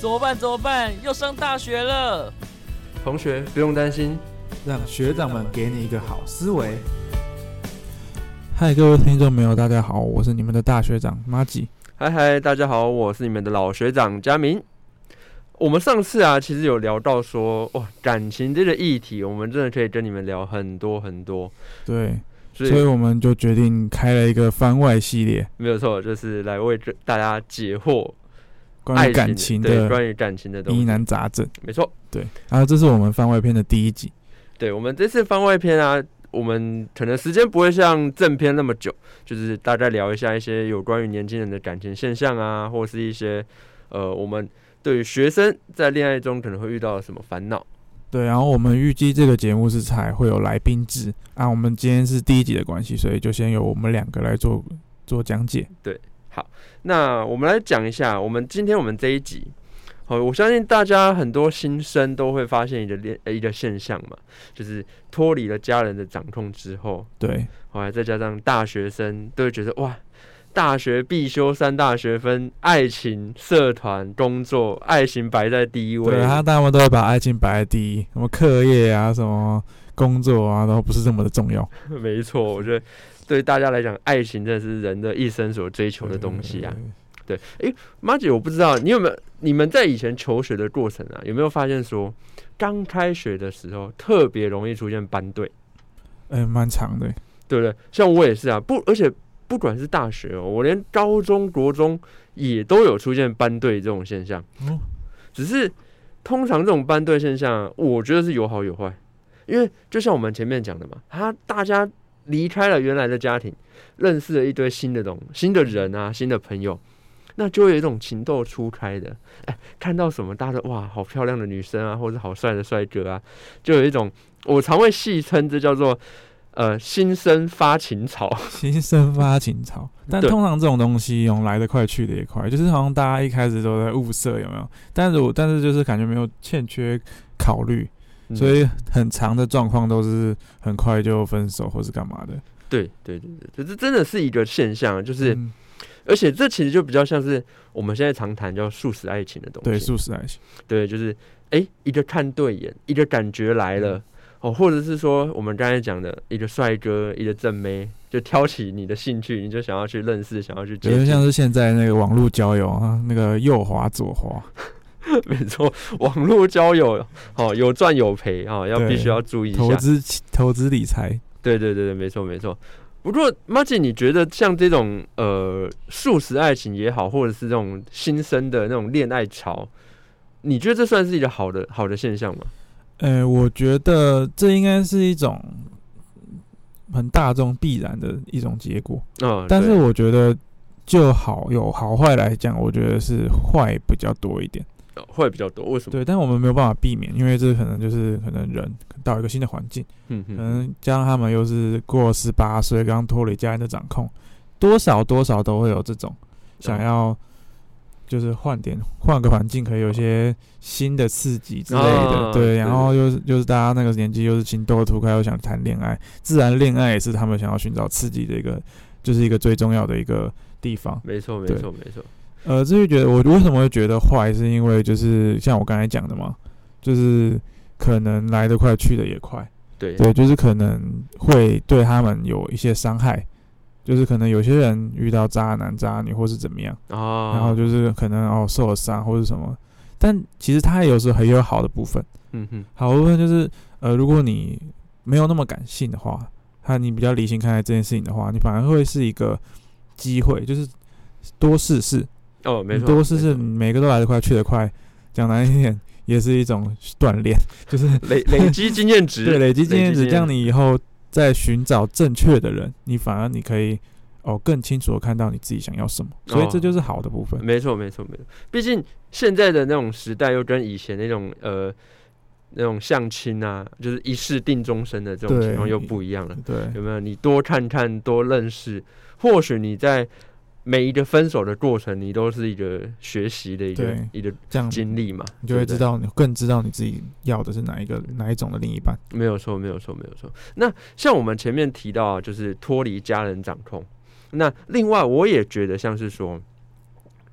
怎么办？怎么办？要上大学了！ 同学不用担心， 让学长们给你一个好思维。嗨，各位听众朋友，大家好，我是你们的大学长马吉。 嗨，大家好，我是你们的老学长佳明。我们上次啊，其实有聊到说，哇，感情这个议题，我们真的可以跟你们聊很多很多。 对，所以我们就决定开了一个番外系列， 没有错，就是来为大家解惑关于感情的东西疑难杂症。 没错， 对。然后这是我们番外篇的第一集。 对，我们这次番外篇啊，我们可能时间不会像正篇那么久，就是大概聊一下一些有关于年轻人的感情现象啊，或是一些我们对于学生在恋爱中可能会遇到什么烦恼。 对，然后我们预计这个节目是才会有来宾制啊，我们今天是第一集的关系，所以就先由我们两个来做讲解。 对，好，那我们来讲一下，今天我们这一集，我相信大家很多新生都会发现一个现象嘛，就是脱离了家人的掌控之后， 对， 后来再加上大学生都会觉得哇，大学必修3大学分，爱情、社团、工作，爱情摆在第一位。 对，他们都会把爱情摆在第一，什么课业啊，什么工作啊，都不是这么的重要。 没错，我觉得对大家来讲，爱情真的是人的一生所追求的东西啊。对，马姐，我不知道你们在以前求学的过程啊，有没有发现说，刚开学的时候特别容易出现班队？ 蛮长的， 对不对？像我也是啊，而且不管是大学我连高中、国中也都有出现班队这种现象。只是通常这种班队现象，我觉得是有好有坏，因为就像我们前面讲的嘛，大家离开了原来的家庭，认识了一堆新的人啊，新的朋友。那就会有一种情窦初开的，看到什么大家都哇，好漂亮的女生啊，或者好帅的帅哥啊，就有一种我常会戏称这叫做新生发情潮。新生发情潮，但通常这种东西来得快去得也快，就是好像大家一开始都在物色有没有，但是就是感觉没有欠缺考虑，所以很长的状况都是很快就分手或是干嘛的。 对，这真的是一个现象，就是。而且这其实就比较像是我们现在常谈叫速食爱情的东西。 对，速食爱情。 对，就是一个看对眼，一个感觉来了，或者是说我们刚才讲的一个帅哥，一个正妹，就挑起你的兴趣，你就想要去认识，想要去接近。 就像是现在那个网络交友啊，那个右滑左滑。 没错，网络交友有赚有赔必须要注意一下投资理财。 对，没错。不过，马姐，你觉得像这种速食爱情也好，或者是这种新生的那种恋爱潮，你觉得这算是一个好的现象吗？ 我觉得这应该是一种很大众必然的一种结果。但是我觉得就有好坏来讲，我觉得是坏比较多一点。 会比较多，为什么？ 对，但我们没有办法避免，因为这可能人到一个新的环境，可能加上他们又是过18岁，刚脱离家人的掌控，多少都会有这种想要就是换个环境，可以有些新的刺激之类的。对，然后又是大家那个年纪又是情窦初开，又想谈恋爱，自然恋爱也是他们想要寻找刺激的就是一个最重要的一个地方。 没错。 至于觉得我为什么会觉得坏，是因为就是像我刚才讲的嘛，就是可能来得快去得也快。对，就是可能会对他们有一些伤害，就是可能有些人遇到渣男渣女或是怎么样，然后就是可能受了伤或是什么，但其实他有时候很有好的部分。好的部分就是如果你没有那么感性的话，你比较理性看待这件事情的话，你反而会是一个机会，就是多试试。 没错， 多试试，每个都来得快去得快，讲难听点也是一种锻炼，就是累积经验值。 对，累积经验值，这样你以后在寻找正确的人，你反而你可以更清楚的看到你自己想要什么，所以这就是好的部分。没错。 毕竟现在的那种时代又跟以前那种相亲啊，就是一试定终身的这种情况又不一样了。 对， 有没有？你多看看，多认识，或许你在每一个分手的过程，你都是一个学习的一个经历嘛， 你就会知道，你更知道你自己要的是哪一种的另一半。 没有错。那像我们前面提到就是脱离家人掌控。那另外我也觉得像是说，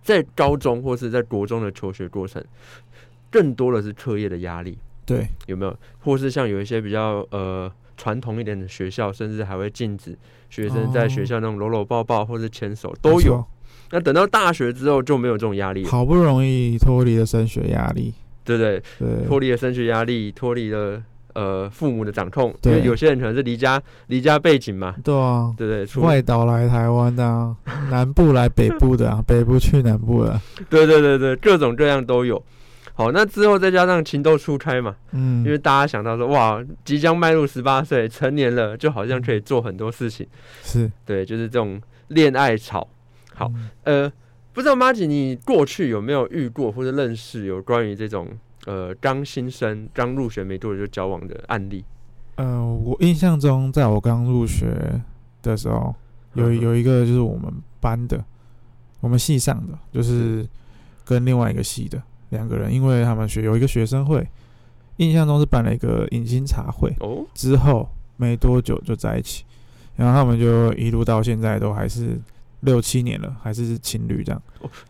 在高中或是在国中的求学过程，更多的是课业的压力， 对， 有没有？或是像有一些比较传统一点的学校，甚至还会禁止学生在学校那种搂搂抱抱或是牵手都有。那等到大学之后就没有这种压力了， 好不容易脱离了升学压力， 对不对？ 对， 脱离了升学压力，脱离了父母的掌控，因为有些人可能是离家背景嘛， 对啊， 对不对？ 外岛来台湾的啊，南部来北部的啊，北部去南部的啊， 对，各种各样都有。好，那之后再加上情窦初开嘛，因为大家想到说，哇，即将迈入18岁，成年了，就好像可以做很多事情， 是对，就是这种恋爱潮。好，不知道妈吉你过去有没有遇过或者认识有关于这种刚新生刚入学没多久就交往的案例？ 我印象中，在我刚入学的时候，有一个就是我们班的，我们系上的，就是跟另外一个系的2个人，因为他们有一个学生会，印象中是办了一个迎新茶会，之后没多久就在一起，然后他们就一路到现在都还是6、7年了，还是情侣这样。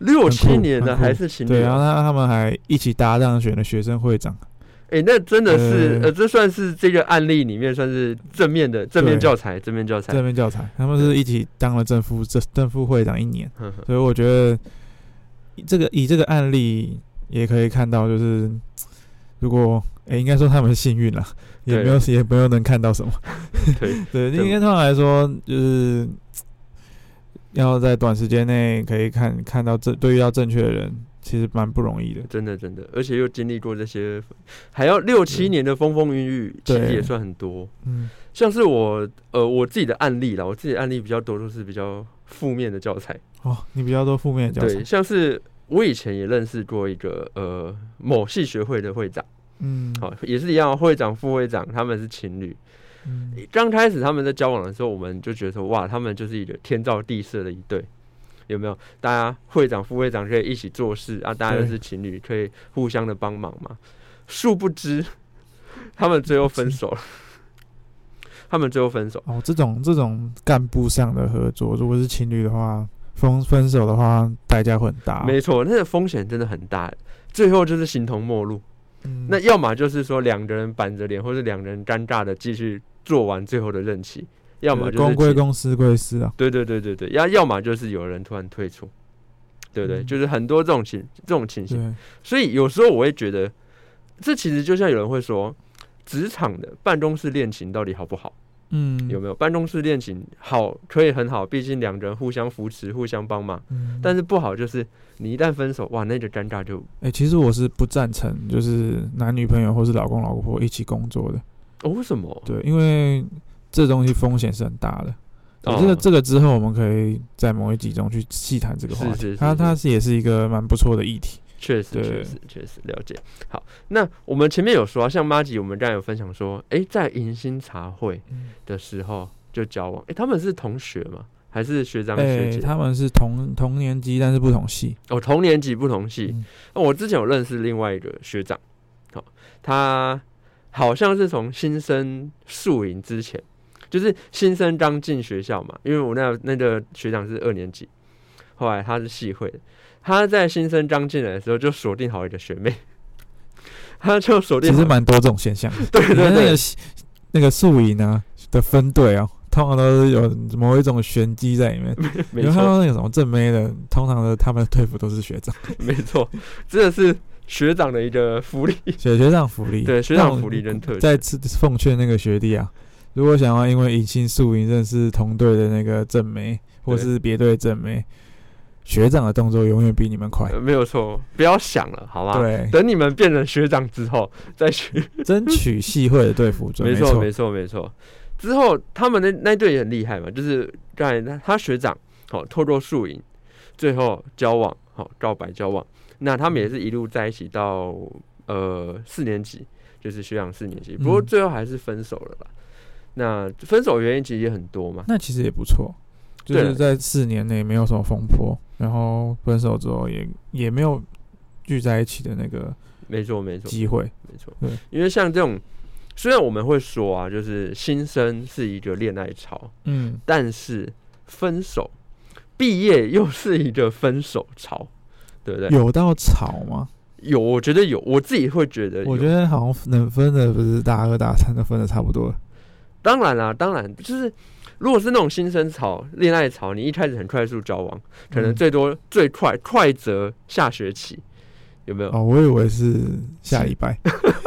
6、7年了还是情侣？ 对，然后他们还一起搭档选了学生会长。 那真的是这算是这个案例里面算是正面教材。正面教材， 他们是一起当了正副会长1年，所以我觉得以这个案例也可以看到，就是如果应该说他们幸运了，也没有能看到什么。对，应该通常来说就是要在短时间内可以看到对遇到正确的人，其实蛮不容易的， 真的，而且又经历过这些，还要6、7年的风风雨雨，其实也算很多。像是我自己的案例啦，我自己的案例比较多，都是比较负面的教材。 你比较多负面的教材。 对，像是我以前也认识过一个某系学会的会长，也是一样，会长、副会长他们是情侣。刚开始他们在交往的时候，我们就觉得说，哇，他们就是一个天造地设的一对。有没有？大家会长、副会长可以一起做事啊，大家都是情侣，可以互相的帮忙嘛。殊不知，他们最后分手了。 这种干部上的合作，如果是情侣的话，分手的话，代价会很大。 没错，那个风险真的很大，最后就是形同陌路。那要么就是说2个人板着脸，或是2人尴尬的继续做完最后的任期。要么就是公归公，私归私啊。 对，要么就是有人突然退出，对不对？就是很多这种情形。所以有时候我会觉得，这其实就像有人会说，职场的办公室恋情到底好不好？有没有？办公室恋情好，可以很好，毕竟2个人互相扶持、互相帮忙。但是不好就是你一旦分手，哇，那个尴尬就…… 其实我是不赞成，就是男女朋友或是老公老婆一起工作的。 为什么？ 对，因为这东西风险是很大的。这个之后我们可以在某一集中去细谈这个话题。它也是一个蛮不错的议题。 确实了解。好，那我们前面有说像妈吉，我们刚才有分享说，在迎新茶会的时候就交往。他们是同学吗？还是学长学姐？ 他们是同年级，但是不同系。 同年级不同系。我之前有认识另外一个学长，他好像是从新生宿营之前，就是新生刚进学校嘛，因为我那个学长是2年级，后来他是系会的，他在新生刚进来的时候就锁定好一个学妹，他就锁定好。 其实蛮多这种现象。 对， 那个宿营啊的分队通常都是有某一种玄机在里面。 没错， 有看到那个什么正妹的，通常的他们的队服都是学长。 没错，真的是学长的一个福利。 学长福利。对， 学长福利真特。 再次奉劝那个学弟啊，如果想要因为迎新宿营认识同队的那个正妹，或是别队正妹，学长的动作永远比你们快。 没有错，不要想了，好吧？ 对， 等你们变成学长之后再去争取系会的队服。 没错。之后他们那队也很厉害嘛，就是刚才他学长透过宿营，最后交往，告白交往。那他们也是一路在一起到4年级，就是学长4年级。不过最后还是分手了啦。那分手原因其实也很多嘛。 那其实也不错，就是在4年内没有什么风波，然后分手之后也没有聚在一起的那个机会。 没错，因为像这种。虽然我们会说啊，就是新生是一个恋爱潮，但是分手、毕业又是一个分手潮， 对不对？ 有到吵吗？ 有，我觉得有，我自己会觉得有。 我觉得好像能分的不是大二大三都分的差不多了。 当然啦，当然就是如果是那种新生潮、恋爱潮，你一开始很快速交往，可能最多最快则下学期，有没有？ 哦，我以为是下礼拜。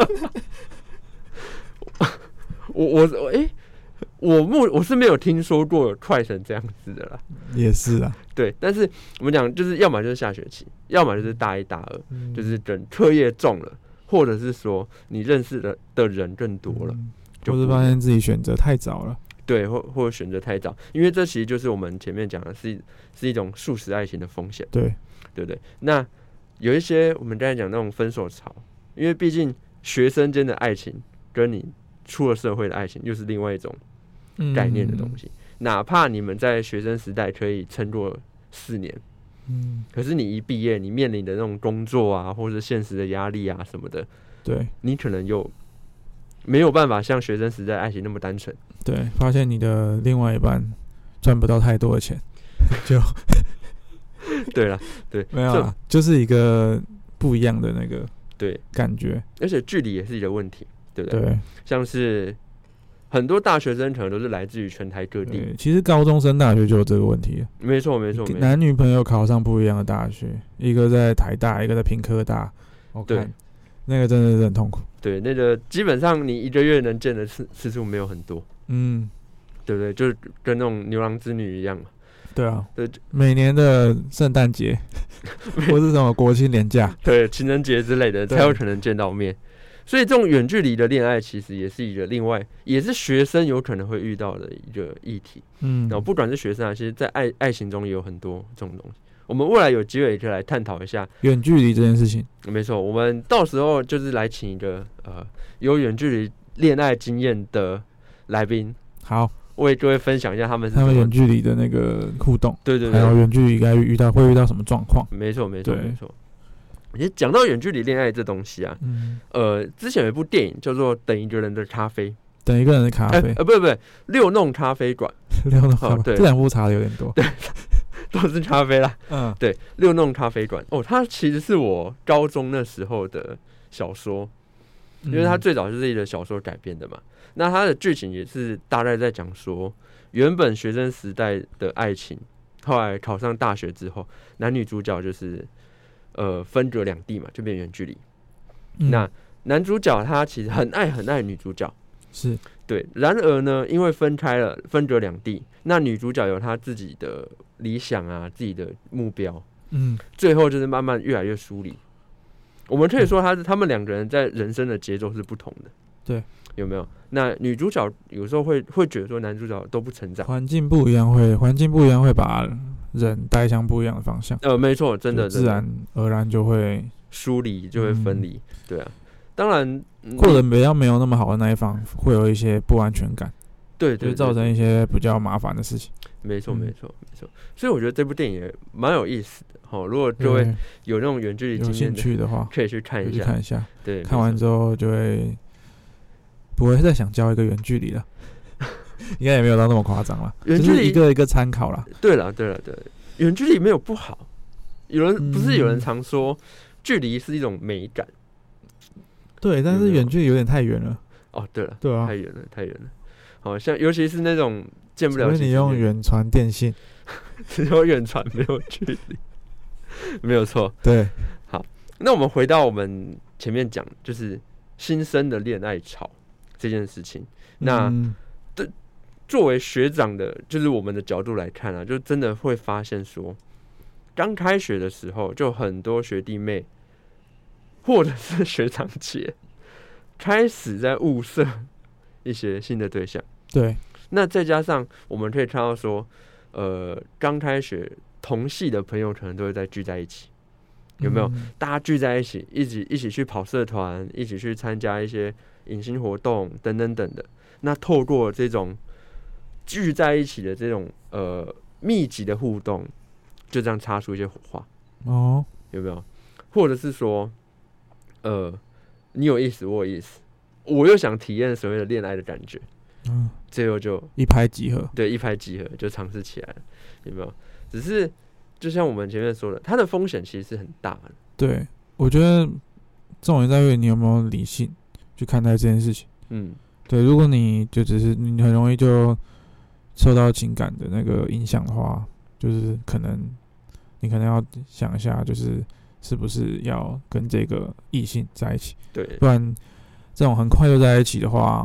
我是没有听说过有快成这样子的啦。 也是啊， 对，但是我们讲就是要么就是下学期，要么就是大一大二，就是等课业重了，或者是说你认识的人更多了， 或是发现自己选择太早了。 对，或者选择太早，因为这其实就是我们前面讲的是一种速食爱情的风险， 对不对？那有一些我们刚才讲那种分手潮，因为毕竟学生间的爱情跟你出了社会的爱情又是另外一种概念的东西。哪怕你们在学生时代可以撑过4年，可是你一毕业，你面临的那种工作啊，或者现实的压力啊什么的， 对， 你可能又没有办法像学生时代爱情那么单纯。 对，发现你的另外一半赚不到太多的钱，就对啦，对， 没有啦，就是一个不一样的那个对感觉， 而且距离也是一个问题，对不对？ 对， 像是很多大学生可能都是来自于全台各地， 其实高中升大学就有这个问题了。 没错， 男女朋友考上不一样的大学，一个在台大，一个在屏科大，我看那个真的是很痛苦。 对，那个基本上你一个月能见的次数没有很多，对不对？就是跟那种牛郎织女一样嘛。 对啊， 对， 每年的圣诞节或是什么国庆连假， 对，情人节之类的才有可能见到面。所以这种远距离的恋爱其实也是一个另外，也是学生有可能会遇到的一个议题。然后不管是学生啊，其实在爱情中也有很多这种东西。我们未来有机会也可以来探讨一下远距离这件事情。 没错，我们到时候就是来请一个有远距离恋爱经验的来宾， 好， 为各位分享一下他们远距离的那个互动， 对， 还有远距离会遇到什么状况？ 没错。其实讲到远距离恋爱这东西啊，之前有一部电影叫做《等一个人的咖啡》， 等一个人的咖啡， 不，六弄咖啡馆， 六弄咖啡，这两部差的有点多， 对，都是咖啡啦，对，六弄咖啡馆，它其实是我高中那时候的小说，因为它最早就是一个小说改编的嘛，那它的剧情也是大概在讲说，原本学生时代的爱情，后来考上大学之后，男女主角就是分隔两地嘛，就变远距离。那男主角他其实很爱女主角， 是对。然而呢，因为分开了，分隔两地，那女主角有她自己的理想啊，自己的目标，最后就是慢慢越来越疏离。我们可以说他们两个人在人生的节奏是不同的， 对， 有没有？那女主角有时候会觉得说男主角都不成长， 环境不一样会把人带向不一样的方向。 没错，真的自然而然就会疏离，就会分离，对啊。当然， 或者比较没有那么好的那一方会有一些不安全感， 对， 就造成一些比较麻烦的事情。 没错。所以我觉得这部电影也蛮有意思的。如果各位有那种远距离经验有兴趣的话， 可以去看一下。对， 看完之后就会不会再想交一个远距离了，应该也没有到那么夸张了，就是一个一个参考啦。 对了，远距离没有不好。不是有人常说距离是一种美感， 对，但是远距离有点太远了。 对了， 对啊， 太远了。好像尤其是那种见不了， 除非你用远传电信， 只有远传没有距离，没有错。 对， 好，那我们回到我们前面讲，就是新生的恋爱潮这件事情。那作为学长的，就是我们的角度来看啊，就真的会发现说，刚开学的时候，就很多学弟妹或者是学长姐开始在物色一些新的对象。 对， 那再加上我们可以看到说，刚开学同系的朋友可能都会再聚在一起，有没有？大家聚在一起，一起去跑社团，一起去参加一些迎新活动等等等的。那透过这种聚在一起的这种密集的互动，就这样擦出一些火花，有没有？或者是说，你有意思，我有意思，我又想体验所谓的恋爱的感觉，最后就一拍即合， 对，一拍即合就尝试起来了，有没有？只是就像我们前面说的，它的风险其实是很大的。 对，我觉得重点在于你有没有理性去看待这件事情。对，如果你就只是你很容易就受到情感的那个影响的话，就是你可能要想一下，就是是不是要跟这个异性在一起。 对， 不然这种很快就在一起的话，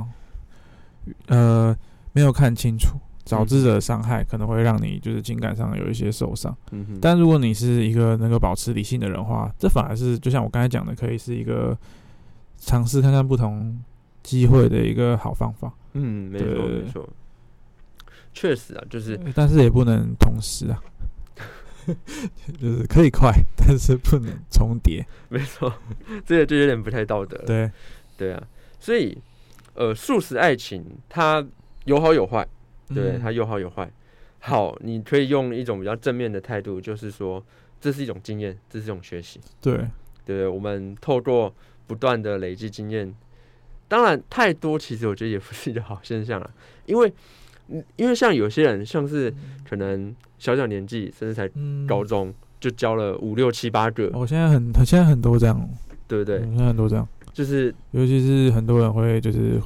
没有看清楚，导致的伤害可能会让你就是情感上有一些受伤。但如果你是一个能够保持理性的人的话，这反而是就像我刚才讲的，可以是一个尝试看看不同机会的一个好方法。 没错没错，确实啊，就是但是也不能同时啊。就是可以快，但是不能重叠。 没错，这个就有点不太道德了。 对， 对啊，所以速食爱情它有好有坏，对，它有好有坏。好，你可以用一种比较正面的态度，就是说这是一种经验，这是一种学习。 对， 对，我们透过不断的累积经验，当然太多其实我觉得也不是一个好现象啦，因为像有些人像是可能小年纪甚至才高中就交了5、6、7、8个。 现在很多这样， 对不对？ 现在很多这样， 就是尤其是很多人会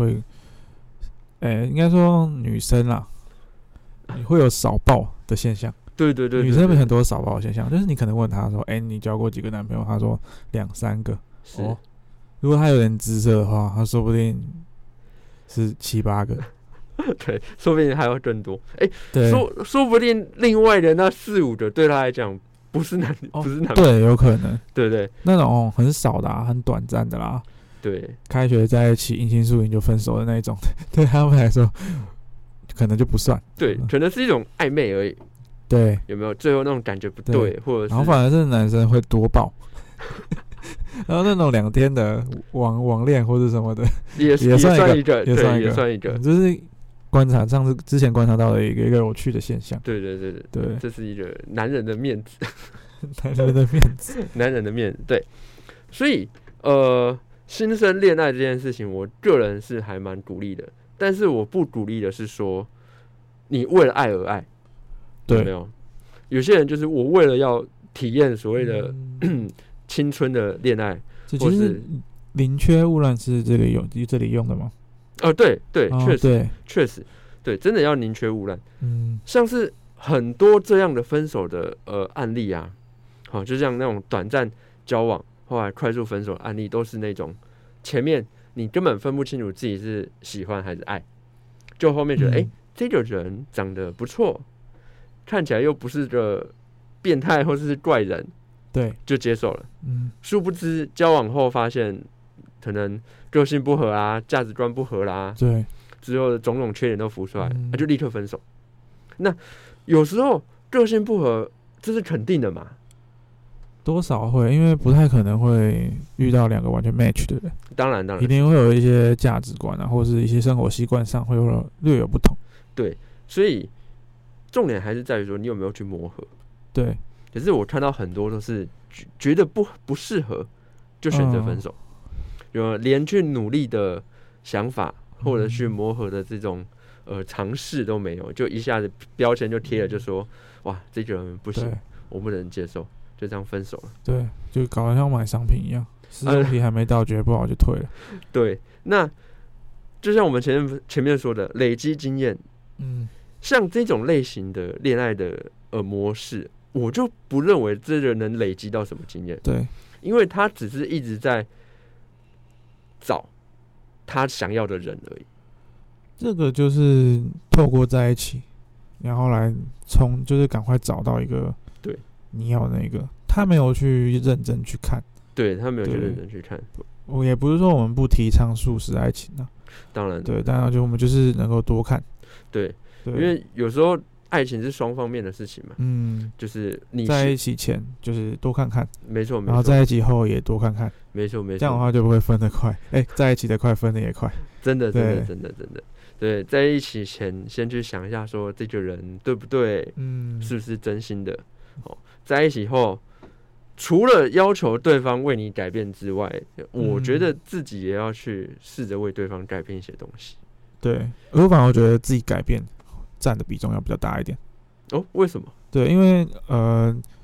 应该说女生啦，会有少报的现象。 对， 女生有很多少报的现象，就是你可能问她说：“你交过几个男朋友？”她说2、3个。如果她有点姿色的话，她说不定是7、8个。 对，说不定还要更多。说不定另外的那4、5个对他来讲不是男对，有可能， 对不对？ 那种很少的很短暂的啦。 对， 开学在一起，迎新宿营就分手的那一种，对他们来说可能就不算。 对，可能是一种暧昧而已。 对， 有没有最后那种感觉不对，或者是然后反而是男生会多报。然后那种2天的网恋或者什么的， 也算一个，也算一个， 就是之前观察到的一个有趣的现象。 对，这是一个男人的面子， 男人的面子， 男人的面子。对，所以新生恋爱这件事情，我个人是还蛮鼓励的，但是我不鼓励的是说你为了爱而爱，有没有？有些人就是我为了要体验所谓的青春的恋爱，或是宁缺毋滥是这里用的吗？ 对，确实，对，真的要宁缺毋滥。像是很多这样的分手的案例啊，就像那种短暂交往后来快速分手的案例，都是那种前面你根本分不清楚自己是喜欢还是爱，就后面觉得这个人长得不错，看起来又不是个变态或是怪人， 对， 就接受了。殊不知交往后发现可能个性不合啦，价值观不合啦， 对， 之后的种种缺点都浮出来，就立刻分手。那有时候个性不合，这是肯定的嘛？ 多少会，因为不太可能会遇到2个完全 match 的人。 当然， 一定会有一些价值观啊，或是一些生活习惯上会略有不同。 对，所以重点还是在于说你有没有去磨合。 对， 可是我看到很多都是觉得不适合，就选择分手。有连去努力的想法或者去磨合的这种尝试都没有，就一下子标签就贴了，就说哇这个人不行，我不能接受，就这样分手了。 对，就搞得像买商品一样，试用期还没到，觉得不好就退了。 对，那就像我们前面说的，累积经验，像这种类型的恋爱的模式，我就不认为这个能累积到什么经验。 对， 因为他只是一直在找他想要的人而已。 这个就是透过在一起，然后来就是赶快找到一个对你要的那个。他没有去认真去看， 对，他没有去认真去看。 我也不是说我们不提倡速食爱情啊， 当然， 对，当然我们就是能够多看， 对，因为有时候爱情是双方面的事情嘛，就是你在一起前就是多看看， 没错， 然后在一起后也多看看， 没错， 这样的话就不会分得快，在一起的快，分得也快， 真的，对，在一起前先去想一下，说这个人对不对，是不是真心的，在一起后。除了要求对方为你改变之外，我觉得自己也要去试着为对方改变一些东西。 对，我反而觉得自己改变占的比重要比较大一点。 为什么？ 对，因为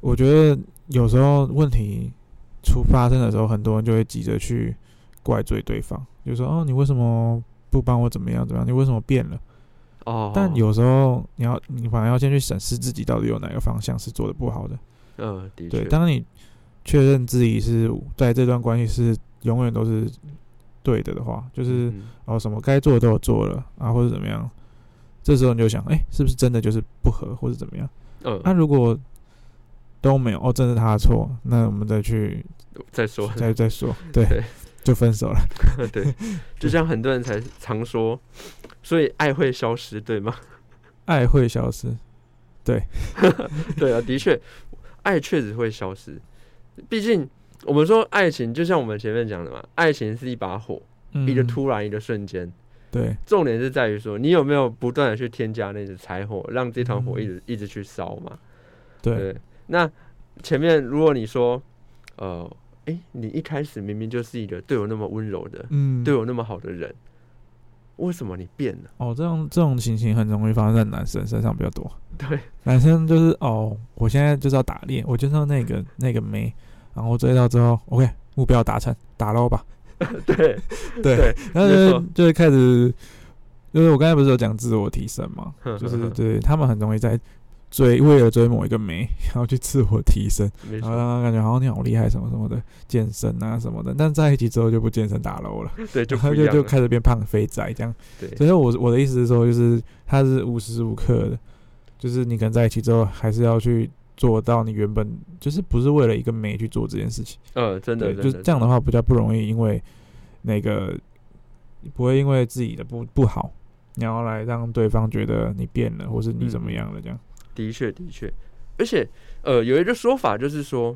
我觉得有时候问题发生的时候，很多人就会急着去怪罪对方，就说哦，你为什么不帮我怎么样怎么样？你为什么变了？哦，但有时候你反而要先去审视自己到底有哪个方向是做的不好的。 的确。 对，当你确认自己是在这段关系是永远都是对的话，就是什么该做的都有做了啊，或者怎么样，这时候你就想，是不是真的就是不合，或者怎么样？那如果都没有，真的是他的错，那我们再说，再说，对，就分手了。 对，就像很多人才常说，所以爱会消失，对吗？ 爱会消失，对， 对啊，的确，爱确实会消失。毕竟我们说爱情，就像我们前面讲的嘛，爱情是一把火，一个突然，一个瞬间。 对， 重点是在于说，你有没有不断的去添加那个柴火，让这团火一直去烧嘛？对。那前面如果你说，你一开始明明就是一个对我那么温柔的，对我那么好的人，为什么你变了？ 这种情形很容易发生在男生身上比较多。 对， 男生就是我现在就是要打猎，我就是要那个妹，然后追到之后 ，OK， 目标达成，打捞吧。 对， 然后就会开始，就是我刚才不是有讲自我提升嘛，就是对他们很容易在为了追某一个妹，然后去自我提升，然后让他感觉好像你好厉害什么什么的，健身啊什么的，但在一起之后就不健身打捞了， 对，就开始变胖肥仔这样。 对， 所以我的意思是说，就是他是无时无刻的，就是你跟在一起之后，还是要去做到你原本就是不是为了一个妹去做这件事情。 真的， 就是这样的话比较不容易，因为不会因为自己的不好，然后来让对方觉得你变了，或是你怎么样了这样。 的确，而且有一个说法就是说，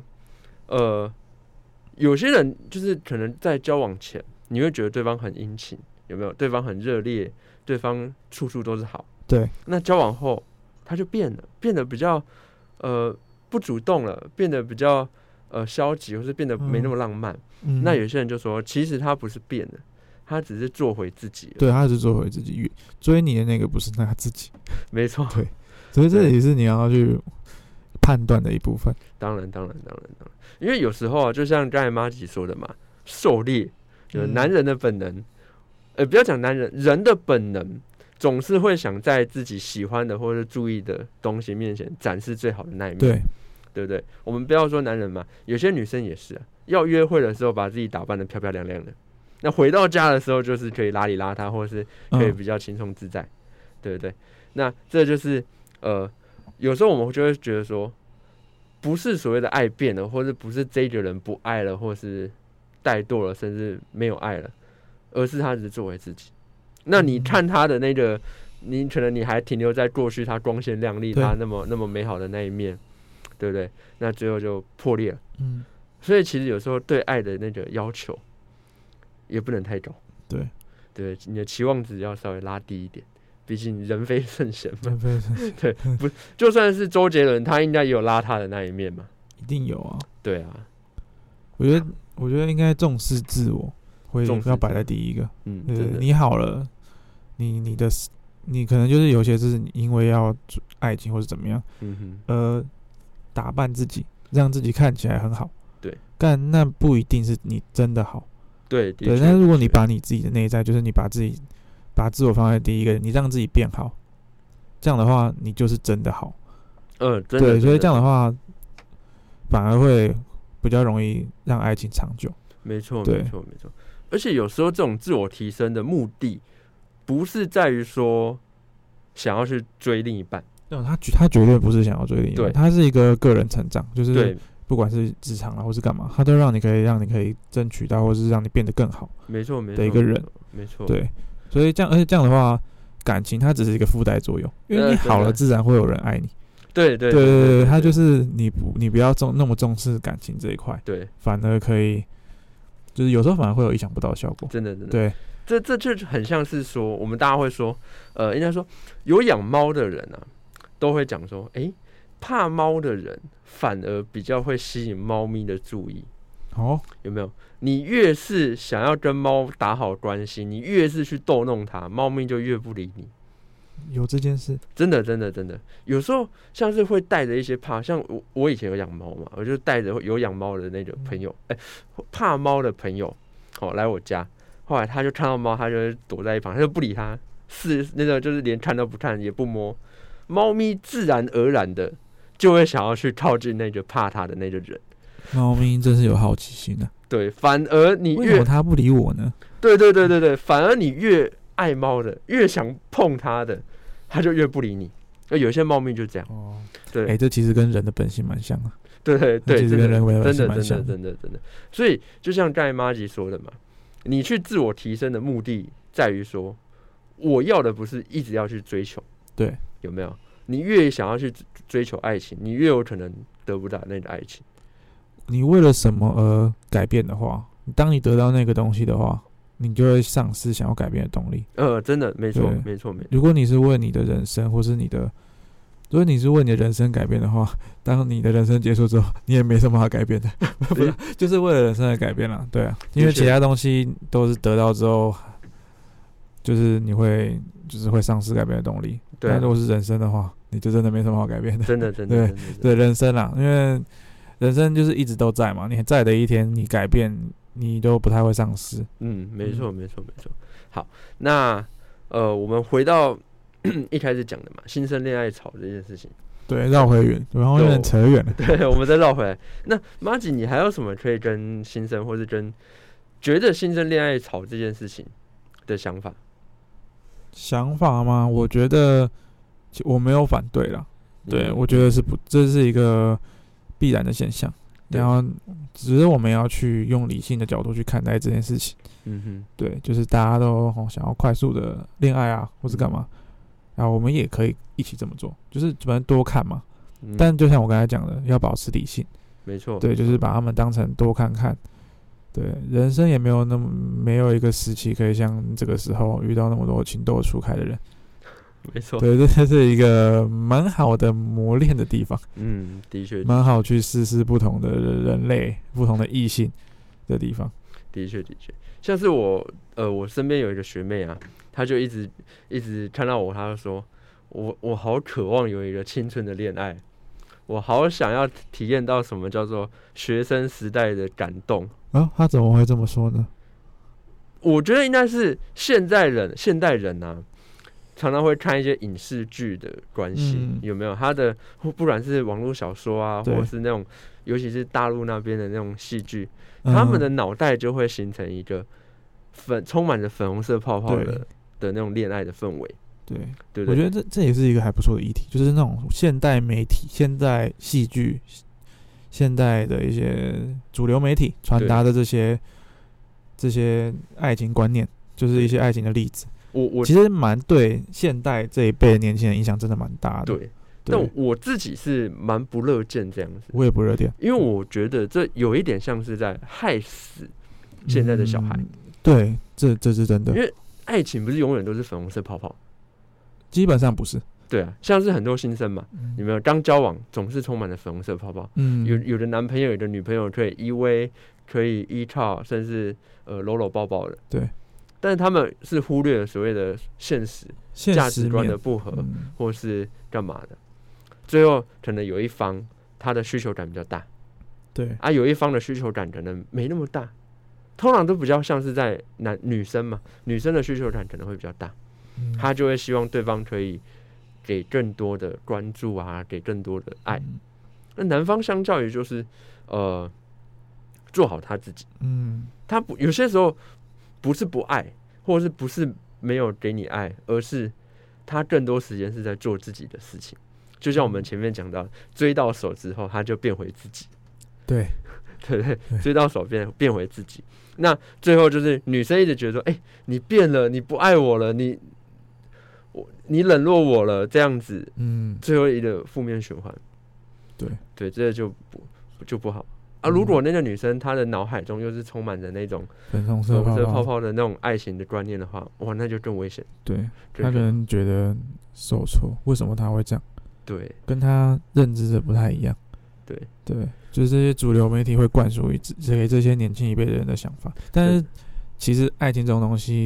有些人就是可能在交往前，你会觉得对方很殷勤，有没有？对方很热烈，对方处处都是好。 对。那交往后，他就变得比较不主动了，变得比较消极，或是变得没那么浪漫。那有些人就说，其实他不是变了，他只是做回自己了。 对，他只是做回自己，追你的那个不是他自己。 没错。 对。所以这也是你要去判断的一部分。 当然，因为有时候就像刚才妈吉说的嘛，狩猎就是男人的本能，不要讲男人，人的本能总是会想在自己喜欢的或者注意的东西面前展示最好的那一面，对不对？我们不要说男人嘛，有些女生也是要约会的时候把自己打扮得漂漂亮亮的，那回到家的时候就是可以邋里邋遢，或者是可以比较轻松自在，对不对？那这就是有时候我们就会觉得说，不是所谓的爱变了，或者不是这个人不爱了，或是怠惰了，甚至没有爱了，而是他只是作为自己。那你看他的那个，可能你还停留在过去他光鲜亮丽，他那么美好的那一面，对不对？那最后就破裂了。所以其实有时候对爱的那个要求也不能太高。对，你的期望值要稍微拉低一点。毕竟人非圣贤嘛，对，不，就算是周杰伦，他应该也有邋遢的那一面嘛， 一定有啊。 对啊， 我觉得应该重视自我，会要摆在第一个。你好了，你可能就是有些是因为要爱情或是怎么样，打扮自己，让自己看起来很好。 对， 但那不一定是你真的好。 对， 但如果你把你自己的内在，就是你把自我放在第一个，你让自己变好，这样的话，你就是真的好。 真的。 对，所以这样的话，反而会比较容易让爱情长久。 没错。而且有时候这种自我提升的目的，不是在于说想要去追另一半。 他绝对不是想要追另一半，他是一个个人成长，就是不管是职场或是干嘛，他都让你可以争取到，或是让你变得更好。 没错的一个人。 没错。 对。所以而且这样的话，感情它只是一个附带作用，因为你好了，自然会有人爱你。对，他就是你不要那么重视感情这一块， 对， 反而可以，就是有时候反而会有意想不到的效果。 真的。 对， 这就很像是说，我们大家会说，应该说有养猫的人啊，都会讲说，怕猫的人反而比较会吸引猫咪的注意。有没有？你越是想要跟猫打好关系，你越是去逗弄它，猫咪就越不理你。 有这件事， 真的，有时候像是会带着一些怕，像我以前有养猫嘛，我就带着有养猫的那个朋友，怕猫的朋友，来我家，后来他就看到猫，他就会躲在一旁，他就不理他，是那个就是连看都不看，也不摸，猫咪自然而然的就会想要去靠近那个怕它的那个人。 猫咪真是有好奇心啊。 对，反而你越为什么它不理我呢？ 对，反而你越爱猫的，越想碰它的，它就越不理你。有些猫咪就这样。哦，对， 这其实跟人的本性蛮像啊。 对， 其实跟人的本性蛮像的。 真的。所以就像刚才妈吉说的嘛，你去自我提升的目的在于说，我要的不是一直要去追求， 对， 有没有？你越想要去追求爱情，你越有可能得不到那个爱情。 你为了什么而改变的话，当你得到那个东西的话，你就会丧失想要改变的动力。 真的，没错。 如果你是为你的人生，或是如果你是为你的人生改变的话，当你的人生结束之后，你也没什么好改变的，不是，就是为了人生的改变啦。对啊，因为其他东西都是得到之后，就是你会丧失改变的动力。对，但如果是人生的话，你就真的没什么好改变的。 真的， 对人生啦，因为人生就是一直都在嘛，你在的一天，你改变，你都不太会丧失。 没错。好，那我们回到一开始讲的嘛，新生恋爱潮这件事情。 对，绕回远，然后有点扯远了。 对，我们再绕回来。那麻吉，你还有什么可以跟新生，或是跟觉得新生恋爱潮这件事情的想法？ 想法吗？我觉得我没有反对啦。对，我觉得这是一个必然的现象，然后只是我们要去用理性的角度去看待这件事情。对，就是大家都想要快速的恋爱啊，或是干嘛，然后我们也可以一起这么做，就是反正多看嘛。但就像我刚才讲的，要保持理性。 没错。对， 就是把他们当成多看看。对，人生也没有一个时期可以像这个时候遇到那么多情窦初开的人。 没错。 对，这是一个蛮好的磨练的地方。 的确。蛮好去试不同的人类、不同的异性的地方。 的确。像是我身边有一个学妹啊，她就一直看到我，她就说我好渴望有一个青春的恋爱，我好想要体验到什么叫做学生时代的感动。 她怎么会这么说呢？ 我觉得应该是现代人啊，常常会看一些影视剧的关系，有没有？他的不管是网络小说啊，或者是那种，尤其是大陆那边的那种戏剧，他们的脑袋就会形成一个充满着粉红色泡泡的那种恋爱的氛围。对， 我觉得这也是一个还不错的议题，就是那种现代媒体、现代戏剧、现代的一些主流媒体传达的这些爱情观念，就是一些爱情的例子。我其实蛮对现代这一辈的年轻人影响真的蛮大的。 对，但我自己是蛮不乐见这样子。 我也不乐见， 因为我觉得这有一点像是在害死现在的小孩。 对，这是真的。 因为爱情不是永远都是粉红色泡泡， 基本上不是。 对啊，像是很多新生嘛，有没有刚交往总是充满了粉红色泡泡。有的男朋友、有的女朋友可以依偎、可以依靠，甚至搂搂抱抱的。 对。 但是他们是忽略了所谓的现实价值观的不合，或是干嘛的，最后可能有一方他的需求感比较大， 对啊，有一方的需求感可能没那么大，通常都比较像是在女生嘛，女生的需求感可能会比较大，他就会希望对方可以给更多的关注啊，给更多的爱。那男方相较于就是做好他自己，他有些时候不是不爱，或者是不是没有给你爱，而是他更多时间是在做自己的事情。就像我们前面讲到，追到手之后，他就变回自己。 对， 追到手变回自己。那最后就是女生一直觉得说，你变了，你不爱我了，你冷落我了，这样子，最后一个负面循环。对，这就不好。如果那个女生她的脑海中又是充满着那种粉红色泡泡的那种爱情的观念的话，哇，那就更危险。 对，她可能觉得受挫，为什么她会这样？ 对， 跟她认知的不太一样。对，就是这些主流媒体会灌输给这些年轻一辈的人的想法。但是其实爱情这种东西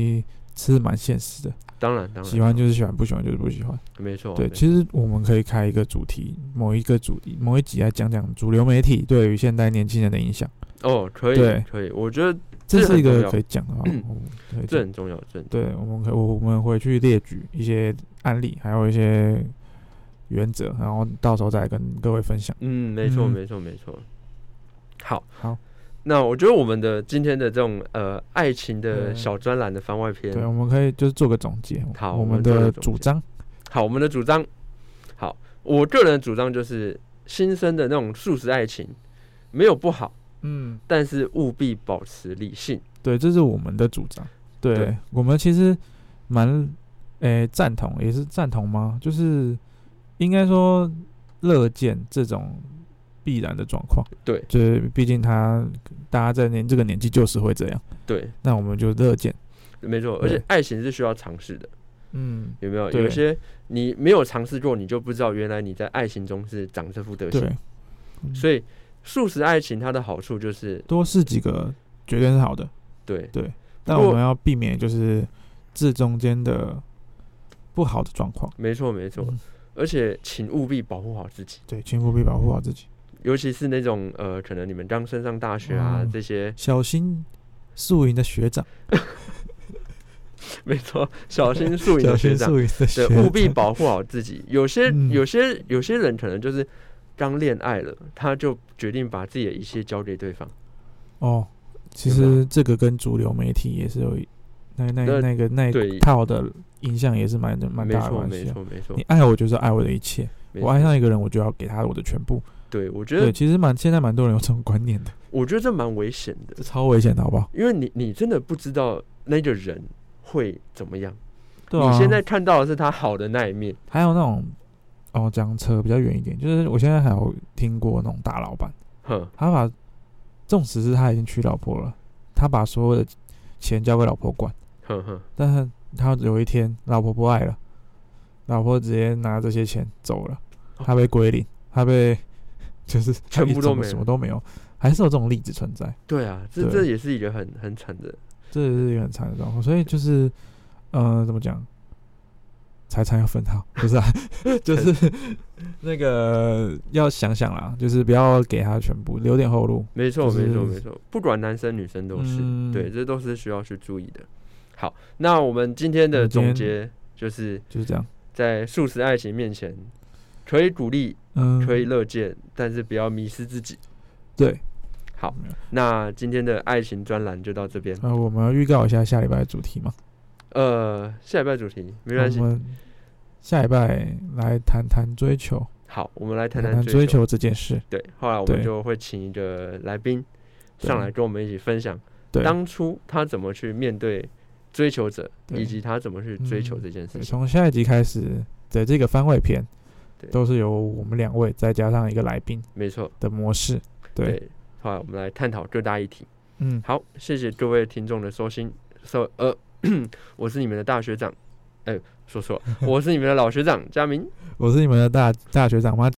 是蛮现实的。 当然， 喜欢就是喜欢，不喜欢就是不喜欢。 没错。 对，其实我们可以开一个主题，某一集来讲讲主流媒体对于现代年轻人的影响。 哦，可以，我觉得这是一个可以讲的话， 这很重要， 对，我们回去列举一些案例，还有一些原则，然后到时候再跟各位分享。 没错。好，那我觉得我们的今天的这种爱情的小专栏的番外篇， 对，我们可以就是做个总结。 好， 我们的主张。 好，我们的主张。好，我个人的主张就是新生的那种速食爱情没有不好，但是务必保持理性。 对，这是我们的主张。对，我们其实蛮赞同，也是赞同吗？就是应该说乐见这种必然的状况。对，就是毕竟大家在这个年纪就是会这样。对，那我们就乐见。 没错，而且爱情是需要尝试的。有没有？有些你没有尝试过，你就不知道原来你在爱情中是长这副德行。所以速食爱情它的好处就是多试几个，绝对是好的。对，但我们要避免就是这中间的不好的状况。 没错，而且请务必保护好自己。 对，请务必保护好自己， 尤其是那种可能你们刚升上大学啊，这些小心宿营的学长。 没错，小心宿营的学长，对，务必保护好自己。有些人可能就是刚恋爱了，他就决定把自己的一切交给对方。哦， 其实这个跟主流媒体也是有那一套的影响，也是蛮大的关系。 没错。 你爱我就是爱我的一切，我爱上一个人，我就要给他我的全部。 对，我觉得其实现在蛮多人有这种观念的。 我觉得这蛮危险的， 这超危险的，好不好？ 因为你真的不知道那个人会怎么样。 对啊， 你现在看到的是他好的那一面。 还有那种讲扯比较远一点，就是我现在还有听过那种大老板，他把纵使是他已经娶老婆了，他把所有的钱交给老婆管，但是他有一天老婆不爱了，老婆直接拿这些钱走了，他被归零，他被就是全部都没有， 什么都没有，还是有这种例子存在。 对啊，这也是一个很惨的， 这也是一个很惨的状况。所以就是怎么讲，财产要分好，不是啊，就是那个要想想啦，就是不要给他全部，留点后路。 没错，不管男生女生都是，对，这都是需要去注意的。好，那我们今天的总结就是这样， 在速食爱情面前，可以鼓励，可以乐见，但是不要迷失自己。对，好，那今天的爱情专栏就到这边。 我们要预告一下下礼拜的主题吗？ 下礼拜主题没关系， 我们下礼拜来谈谈追求。 好，我们来谈谈追求这件事。 对，后来我们就会请一个来宾上来跟我们一起分享，当初他怎么去面对追求者，以及他怎么去追求这件事情。 从下一集开始的这个番外篇，都是由我们2位再加上一个来宾， 没错的模式。对， 后来我们来探讨各大议题。好，谢谢各位听众的收听。我是你们的大学长，说错了，我是你们的老学长嘉明， 我是你们的大学长吗？